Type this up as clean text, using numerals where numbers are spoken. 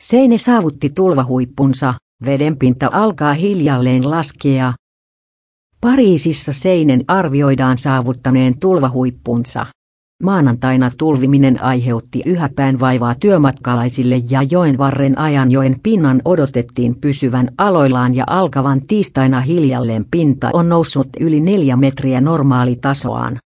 Seine saavutti tulvahuippunsa, vedenpinta alkaa hiljalleen laskea. Pariisissa Seinen arvioidaan saavuttaneen tulvahuippunsa. Maanantaina tulviminen aiheutti yhä päänvaivaa työmatkalaisille ja joenvarren ajanjoen pinnan odotettiin pysyvän aloillaan ja alkavan tiistaina hiljalleen pinta on noussut yli 4 metriä normaalitasoaan.